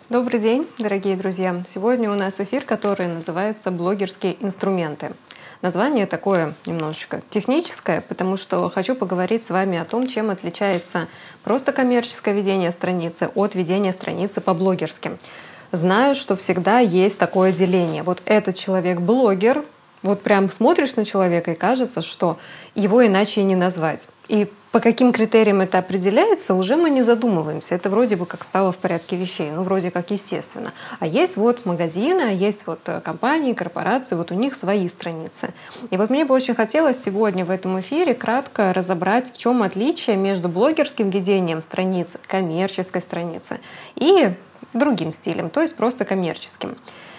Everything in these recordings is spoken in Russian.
Добрый день, дорогие друзья! Сегодня у нас эфир, который называется «Блогерские инструменты». Название такое немножечко техническое, потому что хочу поговорить с вами о том, чем отличается просто коммерческое ведение страницы от ведения страницы по-блогерски. Знаю, что всегда есть такое деление. Вот этот человек блогер, вот прям смотришь на человека и кажется, что его иначе и не назвать. И по каким критериям это определяется, уже мы не задумываемся. Это вроде бы как стало в порядке вещей, вроде как естественно. А есть вот магазины, а есть вот компании, корпорации, вот у них свои страницы. И вот мне бы очень хотелось сегодня в этом эфире кратко разобрать, в чем отличие между блогерским ведением страницы, коммерческой страницы и другим стилем, то есть просто коммерческим.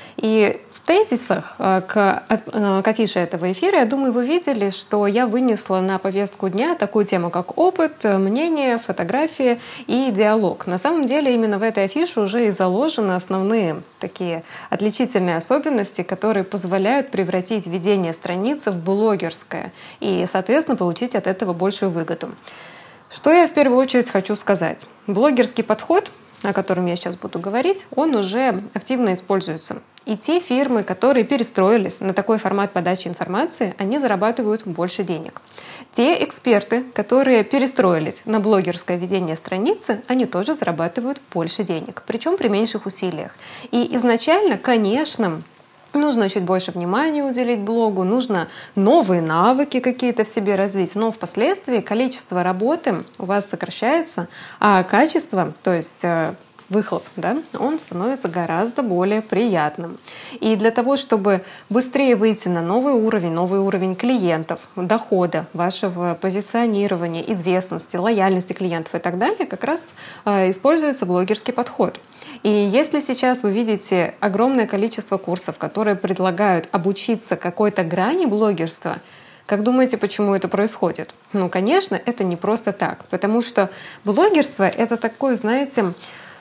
И в тезисах к афише этого эфира, я думаю, вы видели, что я вынесла на повестку дня такую тему, как опыт, мнение, фотографии и диалог. На самом деле именно в этой афише уже и заложены основные такие отличительные особенности, которые позволяют превратить ведение страницы в блогерское и, соответственно, получить от этого большую выгоду. Что я в первую очередь хочу сказать? Блогерский подход, о котором я сейчас буду говорить, он уже активно используется. И те фирмы, которые перестроились на такой формат подачи информации, они зарабатывают больше денег. Те эксперты, которые перестроились на блогерское ведение страницы, они тоже зарабатывают больше денег, причем при меньших усилиях. И изначально, конечно, нужно чуть больше внимания уделить блогу, нужно новые навыки какие-то в себе развить, но впоследствии количество работы у вас сокращается, а качество, то есть выхлоп, он становится гораздо более приятным. И для того, чтобы быстрее выйти на новый уровень клиентов, дохода, вашего позиционирования, известности, лояльности клиентов и так далее, как раз используется блогерский подход. И если сейчас вы видите огромное количество курсов, которые предлагают обучиться какой-то грани блогерства, как думаете, почему это происходит? Конечно, это не просто так, потому что блогерство — это такой, знаете,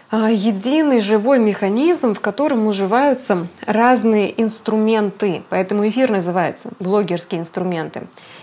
единый живой механизм, в котором уживаются разные инструменты. Поэтому эфир называется «Блогерские инструменты».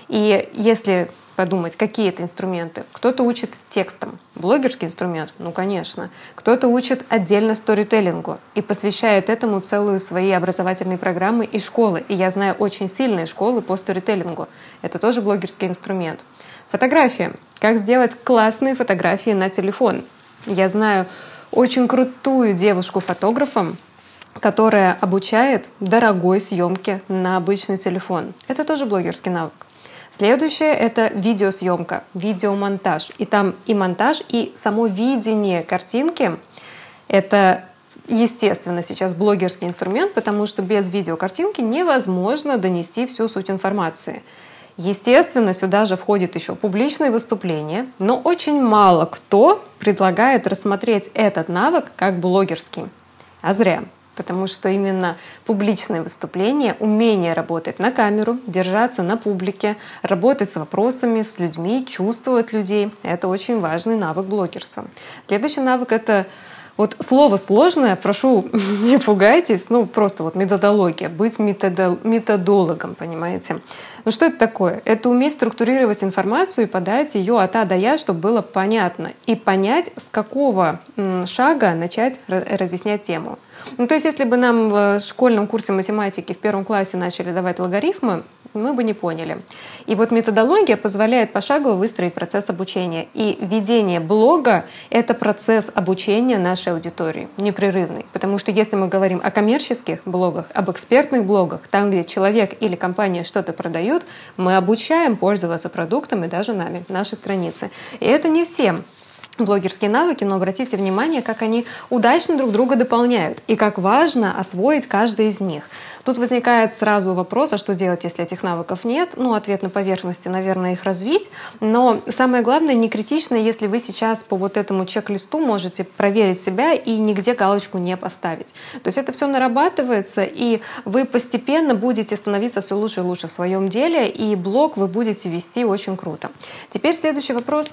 И если подумать, какие это инструменты. Кто-то учит текстом. Блогерский инструмент? Конечно. Кто-то учит отдельно сторителлингу и посвящает этому целую свои образовательные программы и школы. И я знаю очень сильные школы по сторителлингу. Это тоже блогерский инструмент. Фотография. Как сделать классные фотографии на телефон. Я знаю очень крутую девушку-фотографа, которая обучает дорогой съемке на обычный телефон. Это тоже блогерский навык. Следующее — это видеосъемка, видеомонтаж. И там и монтаж, и само видение картинки — это, естественно, сейчас блогерский инструмент, потому что без видеокартинки невозможно донести всю суть информации. Естественно, сюда же входит еще публичные выступления, но очень мало кто предлагает рассмотреть этот навык как блогерский. А зря. Потому что именно публичные выступления, умение работать на камеру, держаться на публике, работать с вопросами, с людьми, чувствовать людей — это очень важный навык блогерства. Следующий навык — это слово сложное, прошу, не пугайтесь, просто методология, быть методологом, понимаете? Что это такое? Это уметь структурировать информацию и подать ее от А до Я, чтобы было понятно, и понять, с какого шага начать разъяснять тему. То есть, если бы нам в школьном курсе математики в первом классе начали давать логарифмы, мы бы не поняли. И методология позволяет пошагово выстроить процесс обучения. И ведение блога — это процесс обучения нашей аудитории, непрерывный. Потому что если мы говорим о коммерческих блогах, об экспертных блогах, там, где человек или компания что-то продают, мы обучаем пользоваться продуктами даже нами, нашей страницы. И это не всем блогерские навыки, но обратите внимание, как они удачно друг друга дополняют и как важно освоить каждый из них. Тут возникает сразу вопрос, а что делать, если этих навыков нет? Ответ на поверхности, наверное, их развить. Но самое главное, не критично, если вы сейчас по этому чек-листу можете проверить себя и нигде галочку не поставить. То есть это все нарабатывается, и вы постепенно будете становиться все лучше и лучше в своем деле, и блог вы будете вести очень круто. Теперь следующий вопрос.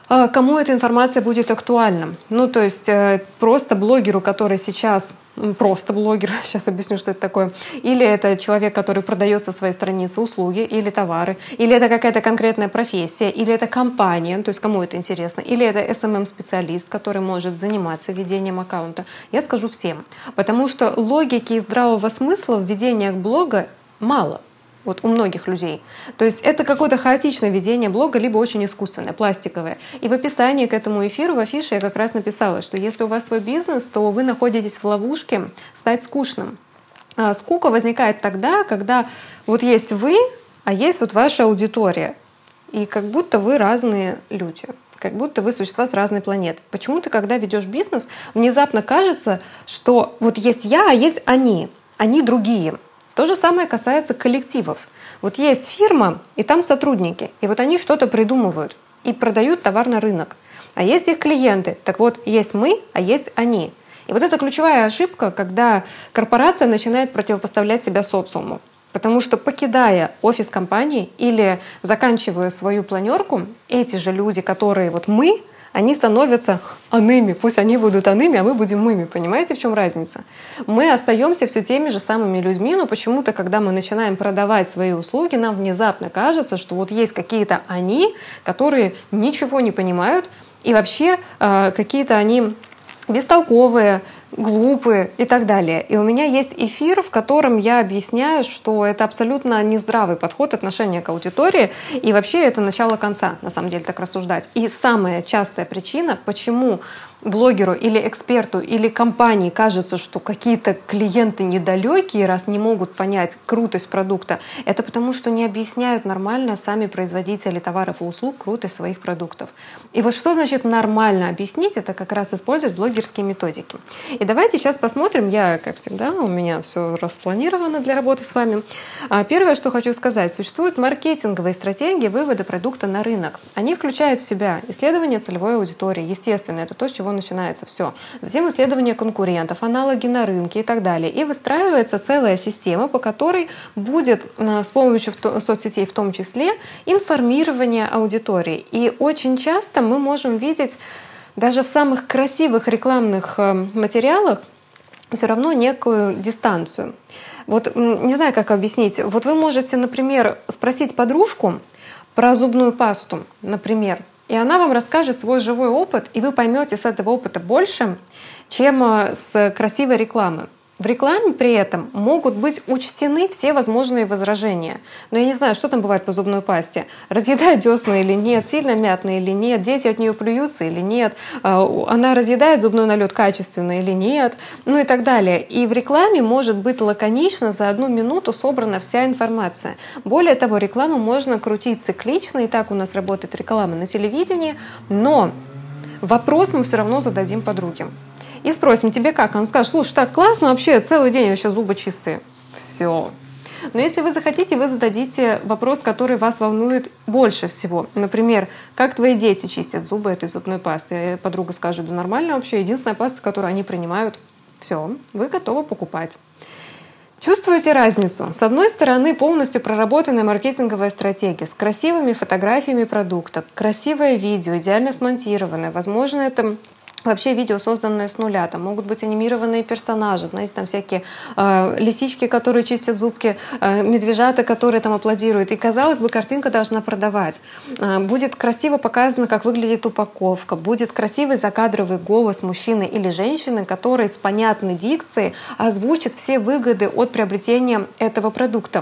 кому эта информация будет актуальна. Ну, то есть просто блогеру, который сейчас просто блогер, сейчас объясню, что это такое, или это человек, который продает со своей страницы услуги или товары, или это какая-то конкретная профессия, или это компания, то есть кому это интересно, или это SMM-специалист, который может заниматься ведением аккаунта. Я скажу всем, потому что логики и здравого смысла в ведении блога мало. Вот у многих людей. То есть это какое-то хаотичное ведение блога, либо очень искусственное, пластиковое. И в описании к этому эфиру, в афише я как раз написала, что если у вас свой бизнес, то вы находитесь в ловушке стать скучным. А скука возникает тогда, когда вот есть вы, а есть вот ваша аудитория. И как будто вы разные люди. Как будто вы существа с разной планеты. Почему-то, когда ведешь бизнес, внезапно кажется, что вот есть я, а есть они другие. То же самое касается коллективов. Вот есть фирма, и там сотрудники, и вот они что-то придумывают и продают товар на рынок. А есть их клиенты. Так вот, есть мы, а есть они. И вот это ключевая ошибка, когда корпорация начинает противопоставлять себя социуму. Потому что, покидая офис компании или заканчивая свою планерку, эти же люди, которые вот мы, они становятся аными. Пусть они будут аными, а мы будем мыми. Понимаете, в чем разница? Мы остаемся все теми же самыми людьми, но почему-то, когда мы начинаем продавать свои услуги, нам внезапно кажется, что вот есть какие-то они, которые ничего не понимают, и вообще какие-то они бестолковые, глупые и так далее. И у меня есть эфир, в котором я объясняю, что это абсолютно нездравый подход отношения к аудитории, и вообще это начало конца, на самом деле, так рассуждать. И самая частая причина, почему блогеру или эксперту или компании кажется, что какие-то клиенты недалекие, раз не могут понять крутость продукта, это потому, что не объясняют нормально сами производители товаров и услуг крутость своих продуктов. И вот что значит нормально объяснить, это как раз использовать блогерские методики. И давайте сейчас посмотрим, я, как всегда, у меня все распланировано для работы с вами. Первое, что хочу сказать, существуют маркетинговые стратегии вывода продукта на рынок. Они включают в себя исследование целевой аудитории, естественно, это то, с чего начинается все. Затем исследование конкурентов, аналоги на рынке и так далее. И выстраивается целая система, по которой будет с помощью соцсетей в том числе информирование аудитории. И очень часто мы можем видеть даже в самых красивых рекламных материалах все равно некую дистанцию. Вот не знаю, как объяснить. Вот вы можете, например, спросить подружку про зубную пасту, например, и она вам расскажет свой живой опыт, и вы поймете с этого опыта больше, чем с красивой рекламы. В рекламе при этом могут быть учтены все возможные возражения. Но я не знаю, что там бывает по зубной пасте. Разъедает десны или нет, сильно мятные или нет, дети от нее плюются или нет, она разъедает зубной налет качественно или нет, ну и так далее. И в рекламе может быть лаконично за 1 минуту собрана вся информация. Более того, рекламу можно крутить циклично, и так у нас работает реклама на телевидении, но вопрос мы все равно зададим подруге. И спросим, тебе как? Он скажет, слушай, так классно, вообще целый день вообще зубы чистые. Все. Но если вы захотите, вы зададите вопрос, который вас волнует больше всего. Например, как твои дети чистят зубы этой зубной пастой? И подруга скажет, да нормально вообще, единственная паста, которую они принимают. Все, вы готовы покупать. Чувствуете разницу? С одной стороны, полностью проработанная маркетинговая стратегия с красивыми фотографиями продукта, красивое видео, идеально смонтированное. Возможно, это вообще видео, созданное с нуля. Там могут быть анимированные персонажи, знаете, там всякие лисички, которые чистят зубки, медвежата, которые там аплодируют. И, казалось бы, картинка должна продавать. Будет красиво показано, как выглядит упаковка, будет красивый закадровый голос мужчины или женщины, который с понятной дикцией озвучит все выгоды от приобретения этого продукта.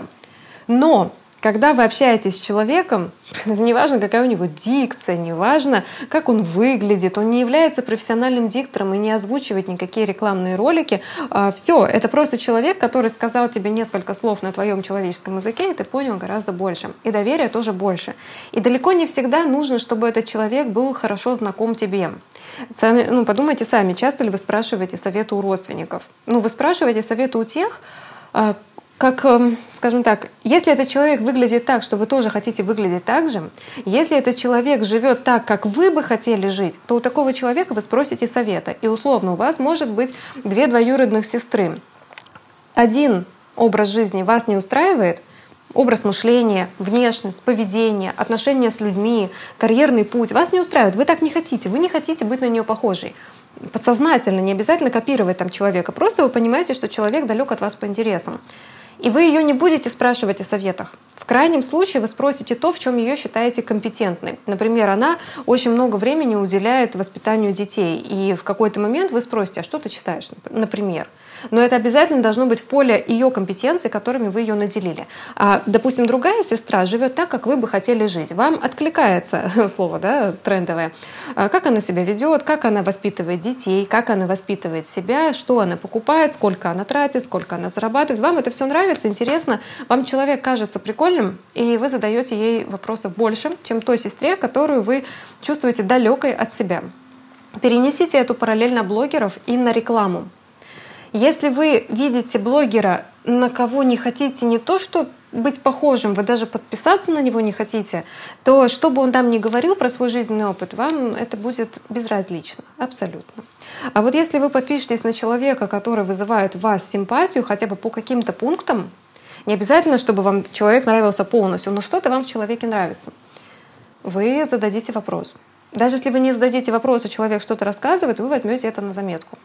Но когда вы общаетесь с человеком, неважно, какая у него дикция, неважно, как он выглядит, он не является профессиональным диктором и не озвучивает никакие рекламные ролики. Все, это просто человек, который сказал тебе несколько слов на твоем человеческом языке, и ты понял гораздо больше. И доверия тоже больше. И далеко не всегда нужно, чтобы этот человек был хорошо знаком тебе. Подумайте сами, часто ли вы спрашиваете советы у родственников? Вы спрашиваете советы у тех, как, скажем так, если этот человек выглядит так, что вы тоже хотите выглядеть так же, если этот человек живет так, как вы бы хотели жить, то у такого человека вы спросите совета. И условно у вас может быть 2 двоюродных сестры. Один образ жизни вас не устраивает, образ мышления, внешность, поведение, отношения с людьми, карьерный путь вас не устраивает, вы так не хотите, вы не хотите быть на нее похожей. Подсознательно, не обязательно копировать там человека, просто вы понимаете, что человек далек от вас по интересам. И вы ее не будете спрашивать о советах. В крайнем случае вы спросите то, в чем ее считаете компетентной. Например, она очень много времени уделяет воспитанию детей, и в какой-то момент вы спросите, а что ты читаешь, например. Но это обязательно должно быть в поле ее компетенций, которыми вы ее наделили. А, допустим, другая сестра живет так, как вы бы хотели жить. Вам откликается слово, да, трендовое. Как она себя ведет, как она воспитывает детей, как она воспитывает себя, что она покупает, сколько она тратит, сколько она зарабатывает. Вам это все нравится, интересно. Вам человек кажется прикольным, и вы задаете ей вопросов больше, чем той сестре, которую вы чувствуете далекой от себя. Перенесите эту параллель на блогеров и на рекламу. Если вы видите блогера, на кого не хотите не то, что быть похожим, вы даже подписаться на него не хотите, то что бы он там ни говорил про свой жизненный опыт, вам это будет безразлично, абсолютно. А вот если вы подпишетесь на человека, который вызывает в вас симпатию хотя бы по каким-то пунктам, не обязательно, чтобы вам человек нравился полностью, но что-то вам в человеке нравится, вы зададите вопрос. Даже если вы не зададите вопрос, а человек что-то рассказывает, вы возьмете это на заметку.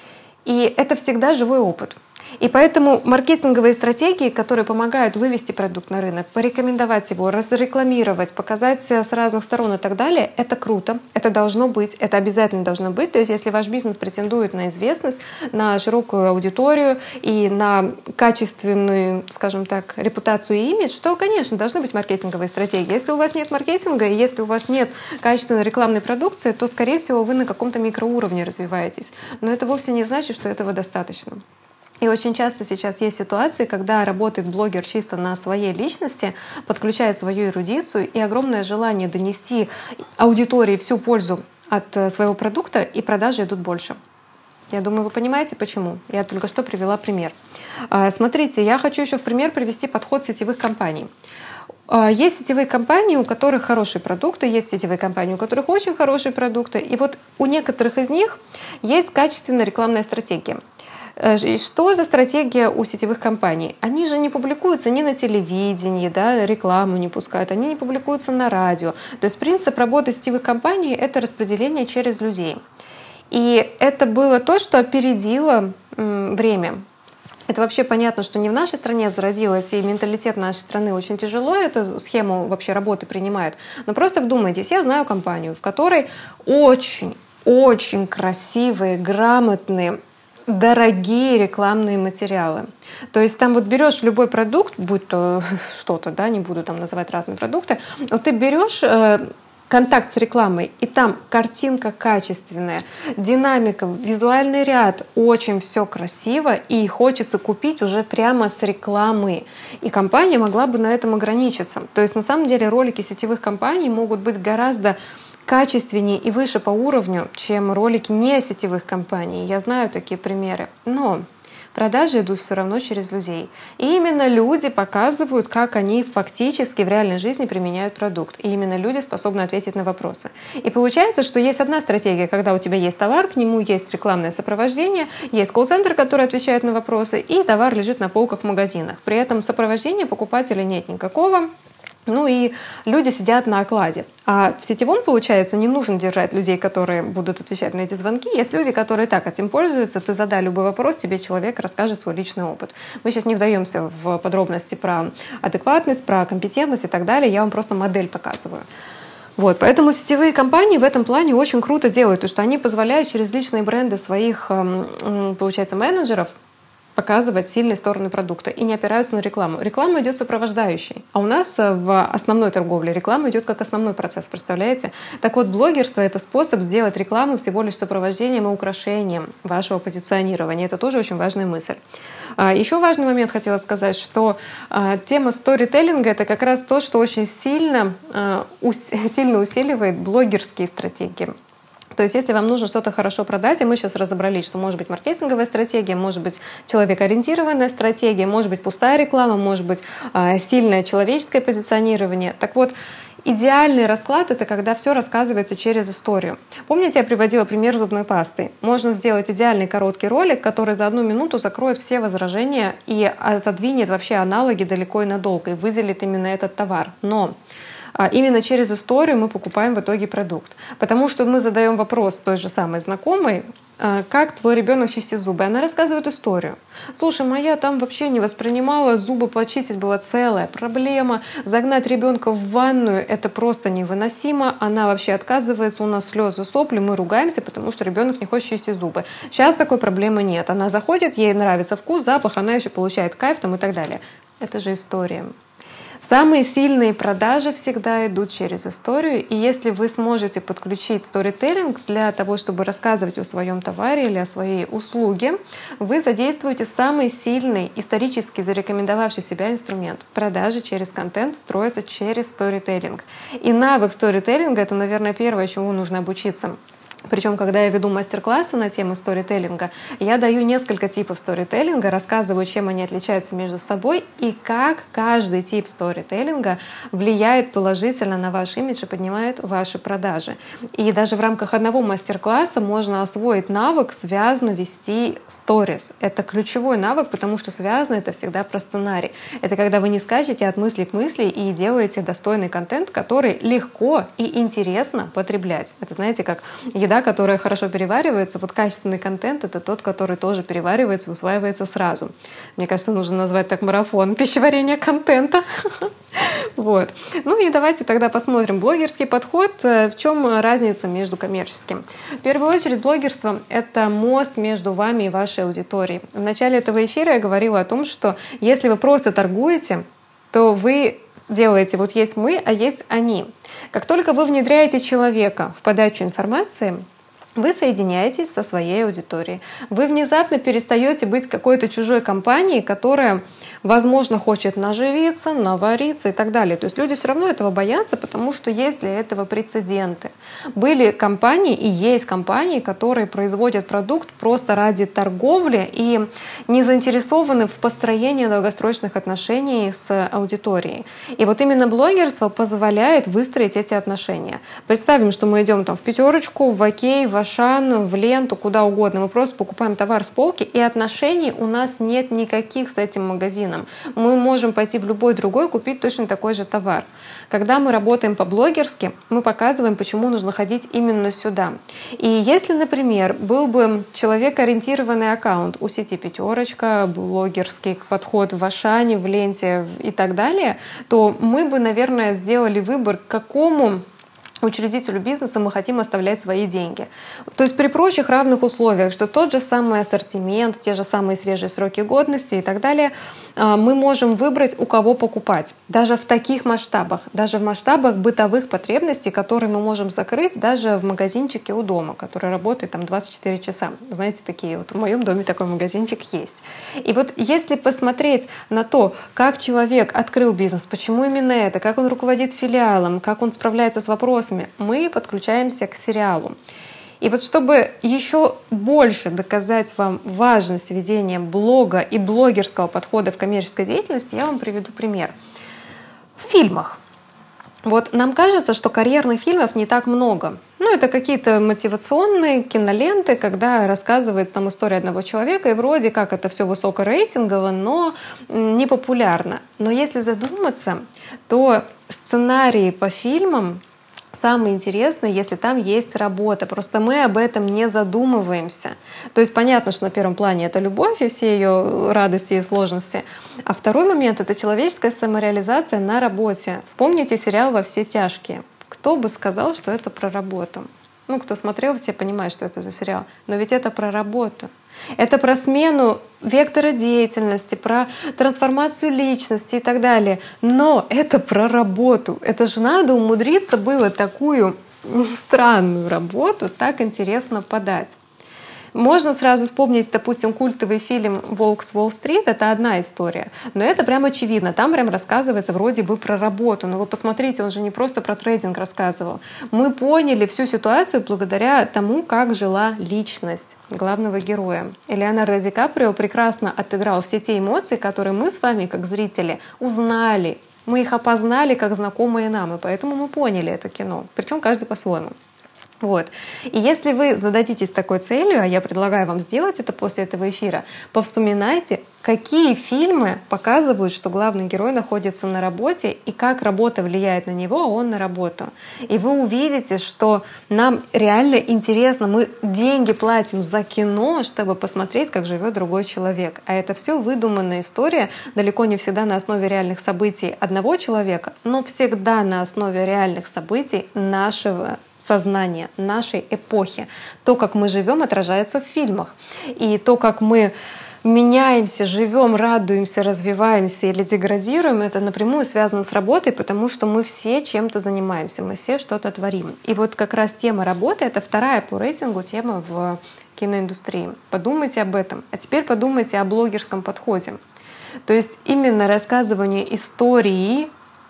И это всегда живой опыт. И поэтому маркетинговые стратегии, которые помогают вывести продукт на рынок, порекомендовать его, разрекламировать, показать с разных сторон и так далее, это круто, это должно быть, это обязательно должно быть. То есть если ваш бизнес претендует на известность, на широкую аудиторию и на качественную, скажем так, репутацию и имидж, то, конечно, должны быть маркетинговые стратегии. Если у вас нет маркетинга, и если у вас нет качественной рекламной продукции, то, скорее всего, вы на каком-то микроуровне развиваетесь. Но это вовсе не значит, что этого достаточно. И очень часто сейчас есть ситуации, когда работает блогер чисто на своей личности, подключает свою эрудицию и огромное желание донести аудитории всю пользу от своего продукта, и продажи идут больше. Я думаю, вы понимаете, почему. Я только что привела пример. Смотрите, я хочу еще в пример привести подход сетевых компаний. Есть сетевые компании, у которых хорошие продукты, есть сетевые компании, у которых очень хорошие продукты. И вот у некоторых из них есть качественная рекламная стратегия. Что за стратегия у сетевых компаний? Они же не публикуются ни на телевидении, да, рекламу не пускают, они не публикуются на радио. То есть принцип работы сетевых компаний — это распределение через людей. И это было то, что опередило время. Это вообще понятно, что не в нашей стране зародилось, и менталитет нашей страны очень тяжело эту схему вообще работы принимает. Но просто вдумайтесь, я знаю компанию, в которой очень красивые, грамотные, дорогие рекламные материалы. То есть там вот берешь любой продукт, будь то что-то, да, не буду там называть разные продукты, вот ты берешь контакт с рекламой, и там картинка качественная, динамика, визуальный ряд, очень все красиво, и хочется купить уже прямо с рекламы. И компания могла бы на этом ограничиться. То есть на самом деле ролики сетевых компаний могут быть гораздо качественнее и выше по уровню, чем ролики не сетевых компаний. Я знаю такие примеры. Но продажи идут все равно через людей. И именно люди показывают, как они фактически в реальной жизни применяют продукт. И именно люди способны ответить на вопросы. И получается, что есть одна стратегия, когда у тебя есть товар, к нему есть рекламное сопровождение, есть колл-центр, который отвечает на вопросы, и товар лежит на полках в магазинах. При этом сопровождения покупателя нет никакого. Ну и люди сидят на окладе. А в сетевом, получается, не нужно держать людей, которые будут отвечать на эти звонки. Есть люди, которые так этим пользуются. Ты задай любой вопрос, тебе человек расскажет свой личный опыт. Мы сейчас не вдаемся в подробности про адекватность, про компетентность и так далее. Я вам просто модель показываю. Вот, поэтому сетевые компании в этом плане очень круто делают, потому что они позволяют через личные бренды своих, получается, менеджеров показывать сильные стороны продукта и не опираются на рекламу. Реклама идет сопровождающей. А у нас в основной торговле реклама идет как основной процесс, представляете? Так вот, блогерство — это способ сделать рекламу всего лишь сопровождением и украшением вашего позиционирования. Это тоже очень важная мысль. Еще важный момент хотела сказать, что тема сторителлинга — это как раз то, что очень сильно усиливает блогерские стратегии. То есть если вам нужно что-то хорошо продать, и мы сейчас разобрались, что может быть маркетинговая стратегия, может быть человекоориентированная стратегия, может быть пустая реклама, может быть сильное человеческое позиционирование. Так вот, Идеальный расклад — это когда все рассказывается через историю. Помните, я приводила пример зубной пасты? Можно сделать идеальный короткий ролик, который за 1 минуту закроет все возражения и отодвинет вообще аналоги далеко и надолго, и выделит именно этот товар. Но именно через историю мы покупаем в итоге продукт. Потому что мы задаем вопрос той же самой знакомой: как твой ребенок чистит зубы? Она рассказывает историю. Слушай, моя там вообще не воспринимала, зубы почистить была целая проблема. Загнать ребенка в ванную — это просто невыносимо. Она вообще отказывается, у нас слезы, сопли, мы ругаемся, потому что ребенок не хочет чистить зубы. Сейчас такой проблемы нет. Она заходит, ей нравится вкус, запах, она еще получает кайф там и так далее. Это же история. Самые сильные продажи всегда идут через историю, и если вы сможете подключить сторителлинг для того, чтобы рассказывать о своем товаре или о своей услуге, вы задействуете самый сильный, исторически зарекомендовавший себя инструмент. Продажи через контент строятся через сторителлинг. И навык сторителлинга — это, наверное, первое, чему нужно обучиться. Причем, когда я веду мастер-классы на тему сторителлинга, я даю несколько типов сторителлинга, рассказываю, чем они отличаются между собой и как каждый тип сторителлинга влияет положительно на ваш имидж и поднимает ваши продажи. И даже в рамках одного мастер-класса можно освоить навык связно вести сторис. Это ключевой навык, потому что связано это всегда про сценарий. Это когда вы не скачете от мысли к мысли и делаете достойный контент, который легко и интересно потреблять. Это, знаете, как еда, которая хорошо переваривается. Вот качественный контент — это тот, который тоже переваривается, усваивается сразу. Мне кажется, нужно назвать так марафон пищеварения контента. Вот. Ну и давайте тогда посмотрим блогерский подход. В чем разница между коммерческим? В первую очередь, блогерство — это мост между вами и вашей аудиторией. В начале этого эфира я говорила о том, что если вы просто торгуете, то вы делаете вот есть мы, а есть они. Как только вы внедряете человека в подачу информации, вы соединяетесь со своей аудиторией. Вы внезапно перестаете быть какой-то чужой компанией, которая, возможно, хочет наживиться, навариться и так далее. То есть люди все равно этого боятся, потому что есть для этого прецеденты. Были компании и есть компании, которые производят продукт просто ради торговли и не заинтересованы в построении долгосрочных отношений с аудиторией. И вот именно блогерство позволяет выстроить эти отношения. Представим, что мы идем там в Пятерочку, в Окей, в Ашан, в Ленту, куда угодно. Мы просто покупаем товар с полки, и отношений у нас нет никаких с этим магазином. Мы можем пойти в любой другой, купить точно такой же товар. Когда мы работаем по-блогерски, мы показываем, почему нужно ходить именно сюда. И если, например, был бы человекоориентированный аккаунт у сети Пятерочка, блогерский подход в Ашане, в Ленте и так далее, то мы бы, наверное, сделали выбор, к какому учредителю бизнеса мы хотим оставлять свои деньги. То есть при прочих равных условиях, что тот же самый ассортимент, те же самые свежие сроки годности и так далее, мы можем выбрать, у кого покупать. Даже в таких масштабах, даже в масштабах бытовых потребностей, которые мы можем закрыть даже в магазинчике у дома, который работает там 24 часа. Знаете, такие вот в моем доме такой магазинчик есть. И вот если посмотреть на то, как человек открыл бизнес, почему именно это, как он руководит филиалом, как он справляется с вопросами, мы подключаемся к сериалу. И вот чтобы еще больше доказать вам важность ведения блога и блогерского подхода в коммерческой деятельности, я вам приведу пример. В фильмах. Вот нам кажется, что карьерных фильмов не так много. Ну, это какие-то мотивационные киноленты, когда рассказывается там история одного человека, и вроде как это все высокорейтингово, но не популярно. Но если задуматься, то сценарии по фильмам самое интересное, если там есть работа. Просто мы об этом не задумываемся. То есть понятно, что на первом плане это любовь и все ее радости и сложности. А второй момент — это человеческая самореализация на работе. Вспомните сериал «Во все тяжкие». Кто бы сказал, что это про работу? Ну, кто смотрел, все понимают, что это за сериал. Но ведь это про работу. Это про смену вектора деятельности, про трансформацию личности и так далее. Но это про работу. Это же надо умудриться было такую странную работу так интересно подать. Можно сразу вспомнить, допустим, культовый фильм «Волк с Уолл-стрит». Это одна история. Но это прям очевидно. Там прям рассказывается вроде бы про работу. Но вы посмотрите, он же не просто про трейдинг рассказывал. Мы поняли всю ситуацию благодаря тому, как жила личность главного героя. И Леонардо Ди Каприо прекрасно отыграл все те эмоции, которые мы с вами, как зрители, узнали Мы их опознали как знакомые нам, и поэтому мы поняли это кино. Причем каждый по-своему. Вот. И если вы зададитесь такой целью, а я предлагаю вам сделать это после этого эфира, повспоминайте, какие фильмы показывают, что главный герой находится на работе и как работа влияет на него, а он на работу. И вы увидите, что нам реально интересно, мы деньги платим за кино, чтобы посмотреть, как живет другой человек. А это все выдуманная история, далеко не всегда на основе реальных событий одного человека, но всегда на основе реальных событий нашего сознания, нашей эпохи. То, как мы живем, отражается в фильмах. И то, как мы меняемся, живем, радуемся, развиваемся или деградируем, это напрямую связано с работой, потому что мы все чем-то занимаемся, мы все что-то творим. И вот как раз тема работы — это вторая по рейтингу тема в киноиндустрии. Подумайте об этом. А теперь подумайте о блогерском подходе. То есть именно рассказывание истории,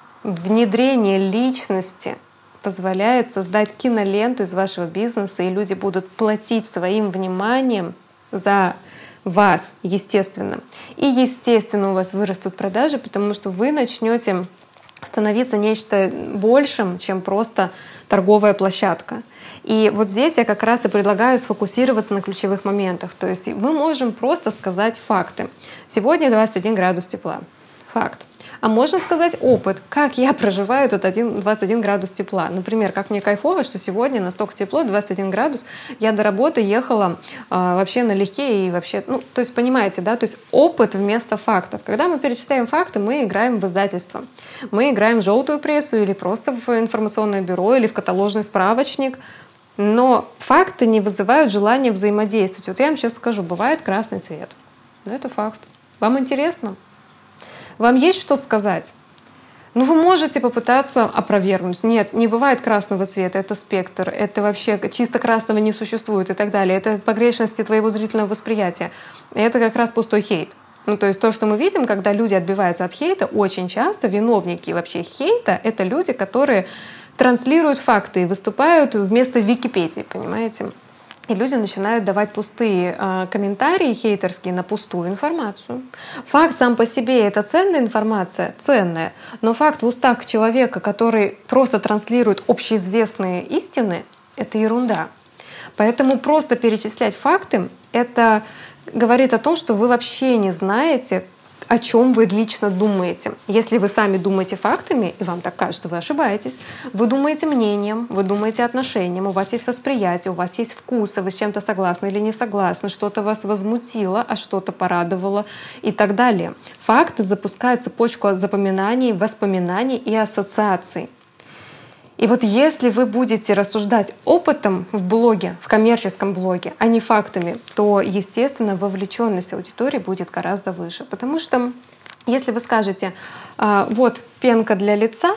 внедрение личности позволяет создать киноленту из вашего бизнеса, и люди будут платить своим вниманием за вас, естественно. И, естественно, у вас вырастут продажи, потому что вы начнете становиться нечто большим, чем просто торговая площадка. И вот здесь я как раз и предлагаю сфокусироваться на ключевых моментах. То есть мы можем просто сказать факты. Сегодня 21 градус тепла. Факт. А можно сказать опыт, как я проживаю этот 21 градус тепла. Например, как мне кайфово, что сегодня настолько тепло, 21 градус, я до работы ехала вообще налегке и вообще, то есть понимаете, да, то есть опыт вместо фактов. Когда мы перечисляем факты, мы играем в издательство. Мы играем в желтую прессу или просто в информационное бюро или в каталожный справочник. Но факты не вызывают желания взаимодействовать. Вот я вам сейчас скажу, бывает красный цвет. Но это факт. Вам интересно? Вам есть что сказать? Вы можете попытаться опровергнуть. Нет, не бывает красного цвета, это спектр, это вообще чисто красного не существует и так далее. Это погрешности твоего зрительного восприятия. И это как раз пустой хейт. То есть то, что мы видим, когда люди отбиваются от хейта, очень часто виновники вообще хейта — это люди, которые транслируют факты и выступают вместо Википедии, понимаете? И люди начинают давать пустые комментарии хейтерские на пустую информацию. Факт сам по себе — это ценная информация, ценная, но факт в устах человека, который просто транслирует общеизвестные истины, это ерунда. Поэтому просто перечислять факты — это говорит о том, что вы вообще не знаете, о чем вы лично думаете. Если вы сами думаете фактами, и вам так кажется, вы ошибаетесь. Вы думаете мнением, вы думаете отношением, у вас есть восприятие, у вас есть вкусы, вы с чем-то согласны или не согласны, что-то вас возмутило, а что-то порадовало и так далее. Факты запускают цепочку запоминаний, воспоминаний и ассоциаций. И вот если вы будете рассуждать опытом в блоге, в коммерческом блоге, а не фактами, то, естественно, вовлеченность аудитории будет гораздо выше. Потому что если вы скажете, вот пенка для лица,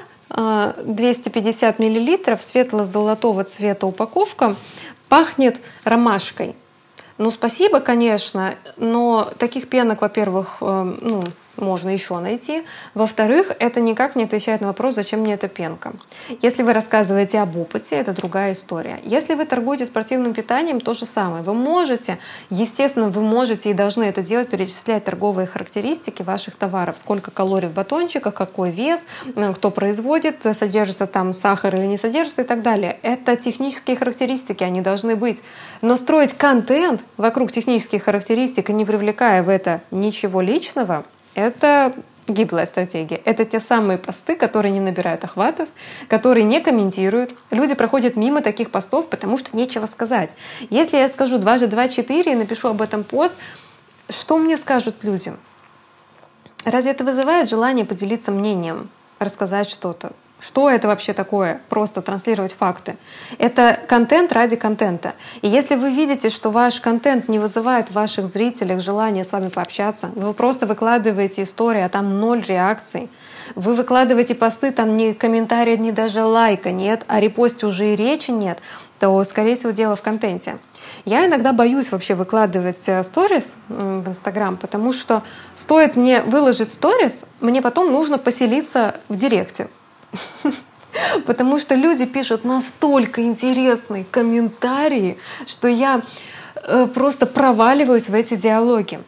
250 мл, светло-золотого цвета упаковка, пахнет ромашкой. Спасибо, конечно, но таких пенок, во-первых, можно еще найти. Во-вторых, это никак не отвечает на вопрос, зачем мне эта пенка. Если вы рассказываете об опыте, это другая история. Если вы торгуете спортивным питанием, то же самое. Вы можете, естественно, вы можете и должны это делать, перечислять торговые характеристики ваших товаров. Сколько калорий в батончиках, какой вес, кто производит, содержится там сахар или не содержится и так далее. Это технические характеристики, они должны быть. Но строить контент вокруг технических характеристик, не привлекая в это ничего личного, это гиблая стратегия. Это те самые посты, которые не набирают охватов, которые не комментируют. Люди проходят мимо таких постов, потому что нечего сказать. Если я скажу 2 × 2 = 4 и напишу об этом пост, что мне скажут люди? Разве это вызывает желание поделиться мнением, рассказать что-то? Что это вообще такое? Просто транслировать факты. Это контент ради контента. И если вы видите, что ваш контент не вызывает в ваших зрителях желания с вами пообщаться, вы просто выкладываете историю, а там 0 реакций, вы выкладываете посты, там ни комментария, ни даже лайка нет, а репосте уже и речи нет, то, скорее всего, дело в контенте. Я иногда боюсь вообще выкладывать сторис в Инстаграм, потому что стоит мне выложить сторис, мне потом нужно поселиться в директе. Потому что люди пишут настолько интересные комментарии, что я просто проваливаюсь в эти диалоги.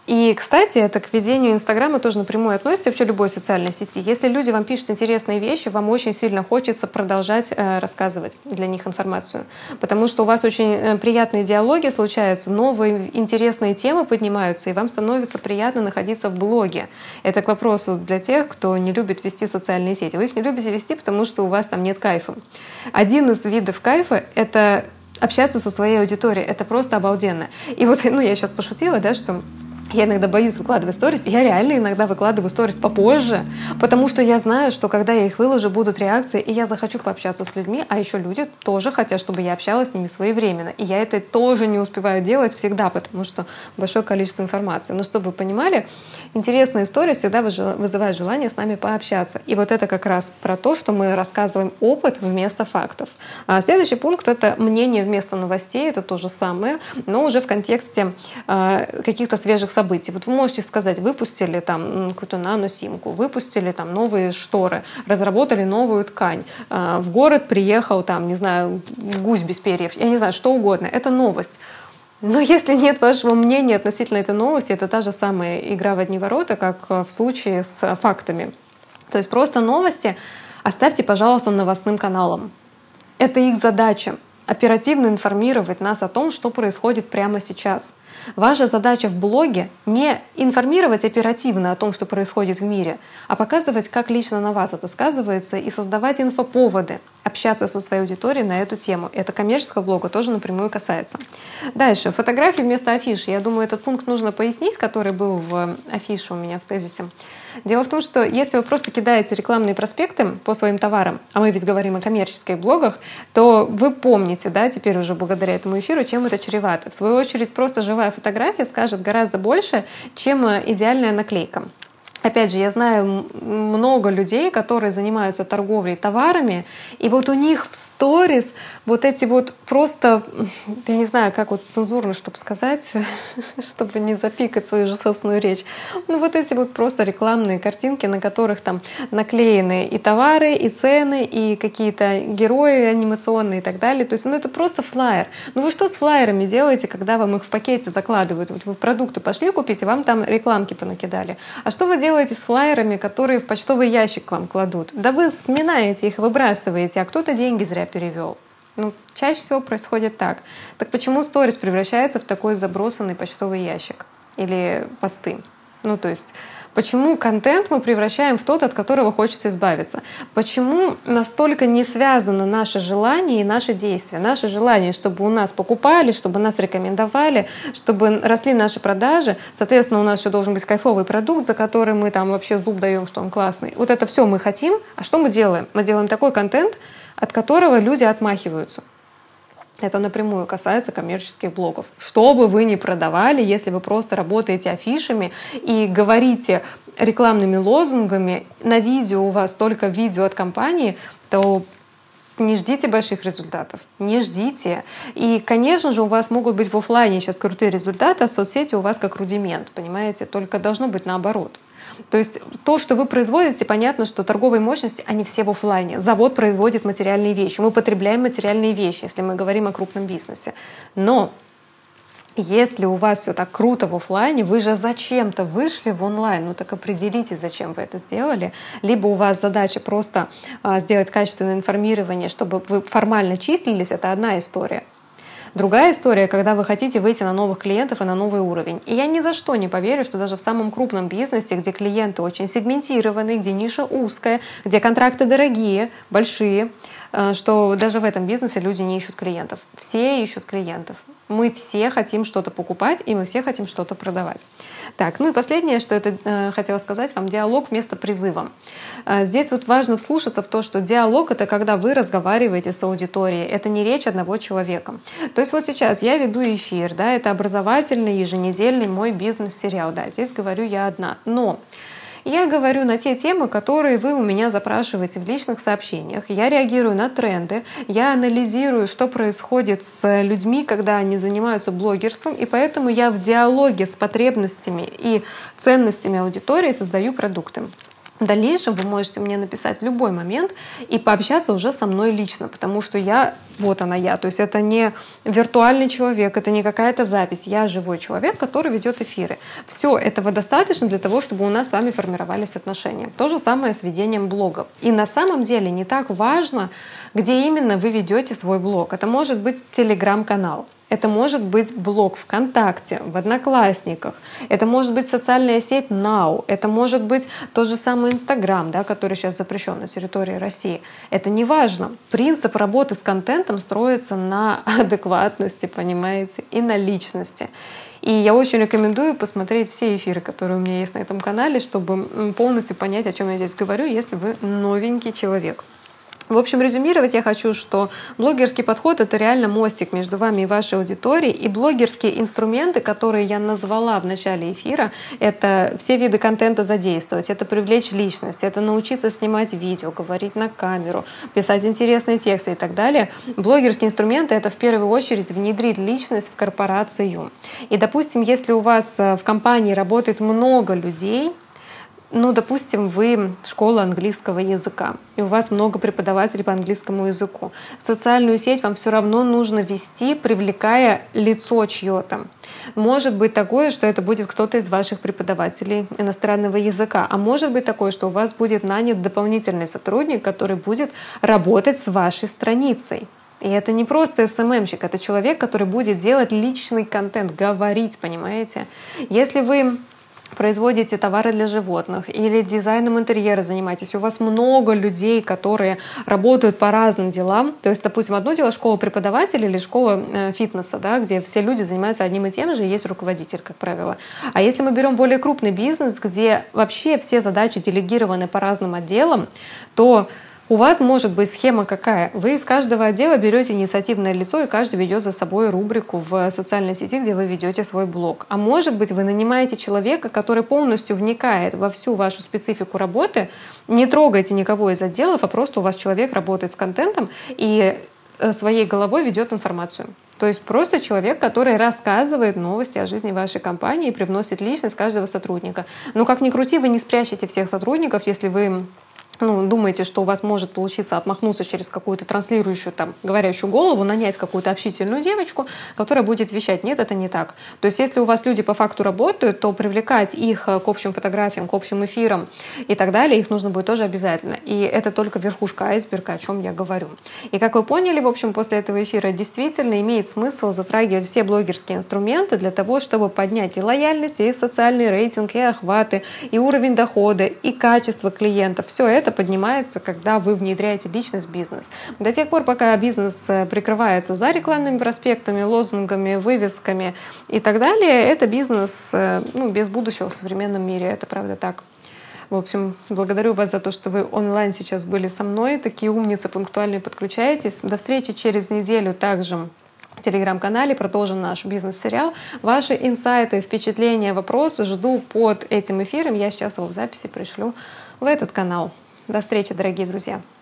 И, кстати, это к ведению Инстаграма тоже напрямую относится, вообще любой социальной сети. Если люди вам пишут интересные вещи, вам очень сильно хочется продолжать рассказывать для них информацию. Потому что у вас очень приятные диалоги случаются, новые интересные темы поднимаются, и вам становится приятно находиться в блоге. Это к вопросу для тех, кто не любит вести социальные сети. Вы их не любите вести, потому что у вас там нет кайфа. Один из видов кайфа — это общаться со своей аудиторией. Это просто обалденно. И вот, я сейчас пошутила, да, что я иногда боюсь выкладывать сторис. Я реально иногда выкладываю сторис попозже, потому что я знаю, что когда я их выложу, будут реакции, и я захочу пообщаться с людьми, а еще люди тоже хотят, чтобы я общалась с ними своевременно. И я это тоже не успеваю делать всегда, потому что большое количество информации. Но чтобы вы понимали, интересные истории всегда вызывают желание с нами пообщаться. И вот это как раз про то, что мы рассказываем опыт вместо фактов. А следующий пункт — это мнение вместо новостей. Это то же самое, но уже в контексте каких-то свежих событий. Вот вы можете сказать, выпустили там какую-то наносимку, выпустили там новые шторы, разработали новую ткань, в город приехал там, не знаю, гусь без перьев, я не знаю, что угодно. Это новость. Но если нет вашего мнения относительно этой новости, это та же самая игра в одни ворота, как в случае с фактами. То есть просто новости оставьте, пожалуйста, новостным каналам. Это их задача — оперативно информировать нас о том, что происходит прямо сейчас. Ваша задача в блоге не информировать оперативно о том, что происходит в мире, а показывать, как лично на вас это сказывается, и создавать инфоповоды, общаться со своей аудиторией на эту тему. Это коммерческого блога тоже напрямую касается. Дальше. Фотографии вместо афиши. Я думаю, этот пункт нужно пояснить, который был в афише у меня в тезисе. Дело в том, что если вы просто кидаете рекламные проспекты по своим товарам, а мы ведь говорим о коммерческих блогах, то вы помните, да, теперь уже благодаря этому эфиру, чем это чревато. В свою очередь, просто живая фотография скажет гораздо больше, чем идеальная наклейка. Опять же, я знаю много людей, которые занимаются торговлей товарами, и вот у них в сторис вот эти вот просто, я не знаю, как вот цензурно, чтобы сказать, чтобы не запикать свою же собственную речь, вот эти вот просто рекламные картинки, на которых там наклеены и товары, и цены, и какие-то герои анимационные и так далее. То есть, это просто флаер. Вы что с флаерами делаете, когда вам их в пакете закладывают? Вот вы продукты пошли купить, и вам там рекламки понакидали. А что вы делаете с флаерами, которые в почтовый ящик вам кладут? Да вы сминаете их, выбрасываете, а кто-то деньги зря перевел. Чаще всего происходит так. Так почему сторис превращается в такой забросанный почтовый ящик? Или посты? То есть, почему контент мы превращаем в тот, от которого хочется избавиться? Почему настолько не связано наше желание и наши действия? Наше желание, чтобы у нас покупали, чтобы нас рекомендовали, чтобы росли наши продажи. Соответственно, у нас еще должен быть кайфовый продукт, за который мы там вообще зуб даем, что он классный. Вот это все мы хотим. А что мы делаем? Мы делаем такой контент, от которого люди отмахиваются. Это напрямую касается коммерческих блогов. Что бы вы ни продавали, если вы просто работаете афишами и говорите рекламными лозунгами, на видео у вас только видео от компании, то не ждите больших результатов. Не ждите. И, конечно же, у вас могут быть в офлайне сейчас крутые результаты, а соцсети у вас как рудимент, понимаете? Только должно быть наоборот. То есть то, что вы производите, понятно, что торговые мощности, они все в офлайне. Завод производит материальные вещи. Мы потребляем материальные вещи, если мы говорим о крупном бизнесе. Но если у вас все так круто в офлайне, вы же зачем-то вышли в онлайн. Так определитесь, зачем вы это сделали. Либо у вас задача просто сделать качественное информирование, чтобы вы формально числились, это одна история. Другая история, когда вы хотите выйти на новых клиентов и на новый уровень. И я ни за что не поверю, что даже в самом крупном бизнесе, где клиенты очень сегментированы, где ниша узкая, где контракты дорогие, большие, что даже в этом бизнесе люди не ищут клиентов. Все ищут клиентов. Мы все хотим что-то покупать, и мы все хотим что-то продавать. Так, и последнее, что я хотела сказать вам, диалог вместо призыва. Здесь важно вслушаться в то, что диалог — это когда вы разговариваете с аудиторией, это не речь одного человека. То есть сейчас я веду эфир, да, это образовательный, еженедельный мой бизнес-сериал, да, здесь говорю я одна. Но я говорю на те темы, которые вы у меня запрашиваете в личных сообщениях. Я реагирую на тренды, я анализирую, что происходит с людьми, когда они занимаются блогерством, и поэтому я в диалоге с потребностями и ценностями аудитории создаю продукты. В дальнейшем вы можете мне написать в любой момент и пообщаться уже со мной лично, потому что я, вот она я, то есть это не виртуальный человек, это не какая-то запись, я живой человек, который ведет эфиры. Все этого достаточно для того, чтобы у нас с вами формировались отношения. То же самое с ведением блога. И на самом деле не так важно, где именно вы ведете свой блог. Это может быть телеграм-канал. Это может быть блог ВКонтакте, в Одноклассниках, это может быть социальная сеть Now, это может быть тот же самый Инстаграм, да, который сейчас запрещен на территории России. Это не важно. Принцип работы с контентом строится на адекватности, понимаете, и на личности. И я очень рекомендую посмотреть все эфиры, которые у меня есть на этом канале, чтобы полностью понять, о чем я здесь говорю, если вы новенький человек. В общем, резюмировать я хочу, что блогерский подход — это реально мостик между вами и вашей аудиторией. И блогерские инструменты, которые я назвала в начале эфира, это все виды контента задействовать, это привлечь личность, это научиться снимать видео, говорить на камеру, писать интересные тексты и так далее. Блогерские инструменты — это в первую очередь внедрить личность в корпорацию. И, допустим, если у вас в компании работает много людей, ну, допустим, вы школа английского языка, и у вас много преподавателей по английскому языку. Социальную сеть вам все равно нужно вести, привлекая лицо чье-то. Может быть такое, что это будет кто-то из ваших преподавателей иностранного языка, а может быть такое, что у вас будет нанят дополнительный сотрудник, который будет работать с вашей страницей. И это не просто СММщик, это человек, который будет делать личный контент, говорить, понимаете? Если вы производите товары для животных или дизайном интерьера занимаетесь, у вас много людей, которые работают по разным делам. То есть, допустим, одно дело школа преподавателей или школа фитнеса, да, где все люди занимаются одним и тем же, и есть руководитель, как правило. А если мы берем более крупный бизнес, где вообще все задачи делегированы по разным отделам, то у вас может быть схема какая? Вы из каждого отдела берете инициативное лицо, и каждый ведет за собой рубрику в социальной сети, где вы ведете свой блог. А может быть, вы нанимаете человека, который полностью вникает во всю вашу специфику работы, не трогайте никого из отделов, а просто у вас человек работает с контентом и своей головой ведет информацию. То есть просто человек, который рассказывает новости о жизни вашей компании и привносит личность каждого сотрудника. Но как ни крути, вы не спрячете всех сотрудников, если вы думаете, что у вас может получиться отмахнуться через какую-то транслирующую, там, говорящую голову, нанять какую-то общительную девочку, которая будет вещать. Нет, это не так. То есть если у вас люди по факту работают, то привлекать их к общим фотографиям, к общим эфирам и так далее, их нужно будет тоже обязательно. И это только верхушка айсберга, о чем я говорю. И как вы поняли, в общем, после этого эфира действительно имеет смысл затрагивать все блогерские инструменты для того, чтобы поднять и лояльность, и социальный рейтинг, и охваты, и уровень дохода, и качество клиентов. Все это поднимается, когда вы внедряете личность в бизнес. До тех пор, пока бизнес прикрывается за рекламными проспектами, лозунгами, вывесками и так далее, это бизнес без будущего в современном мире. Это правда так. В общем, благодарю вас за то, что вы онлайн сейчас были со мной. Такие умницы, пунктуальные, подключаетесь. До встречи через неделю также в телеграм-канале. Продолжим наш бизнес-сериал. Ваши инсайты, впечатления, вопросы жду под этим эфиром. Я сейчас его в записи пришлю в этот канал. До встречи, дорогие друзья!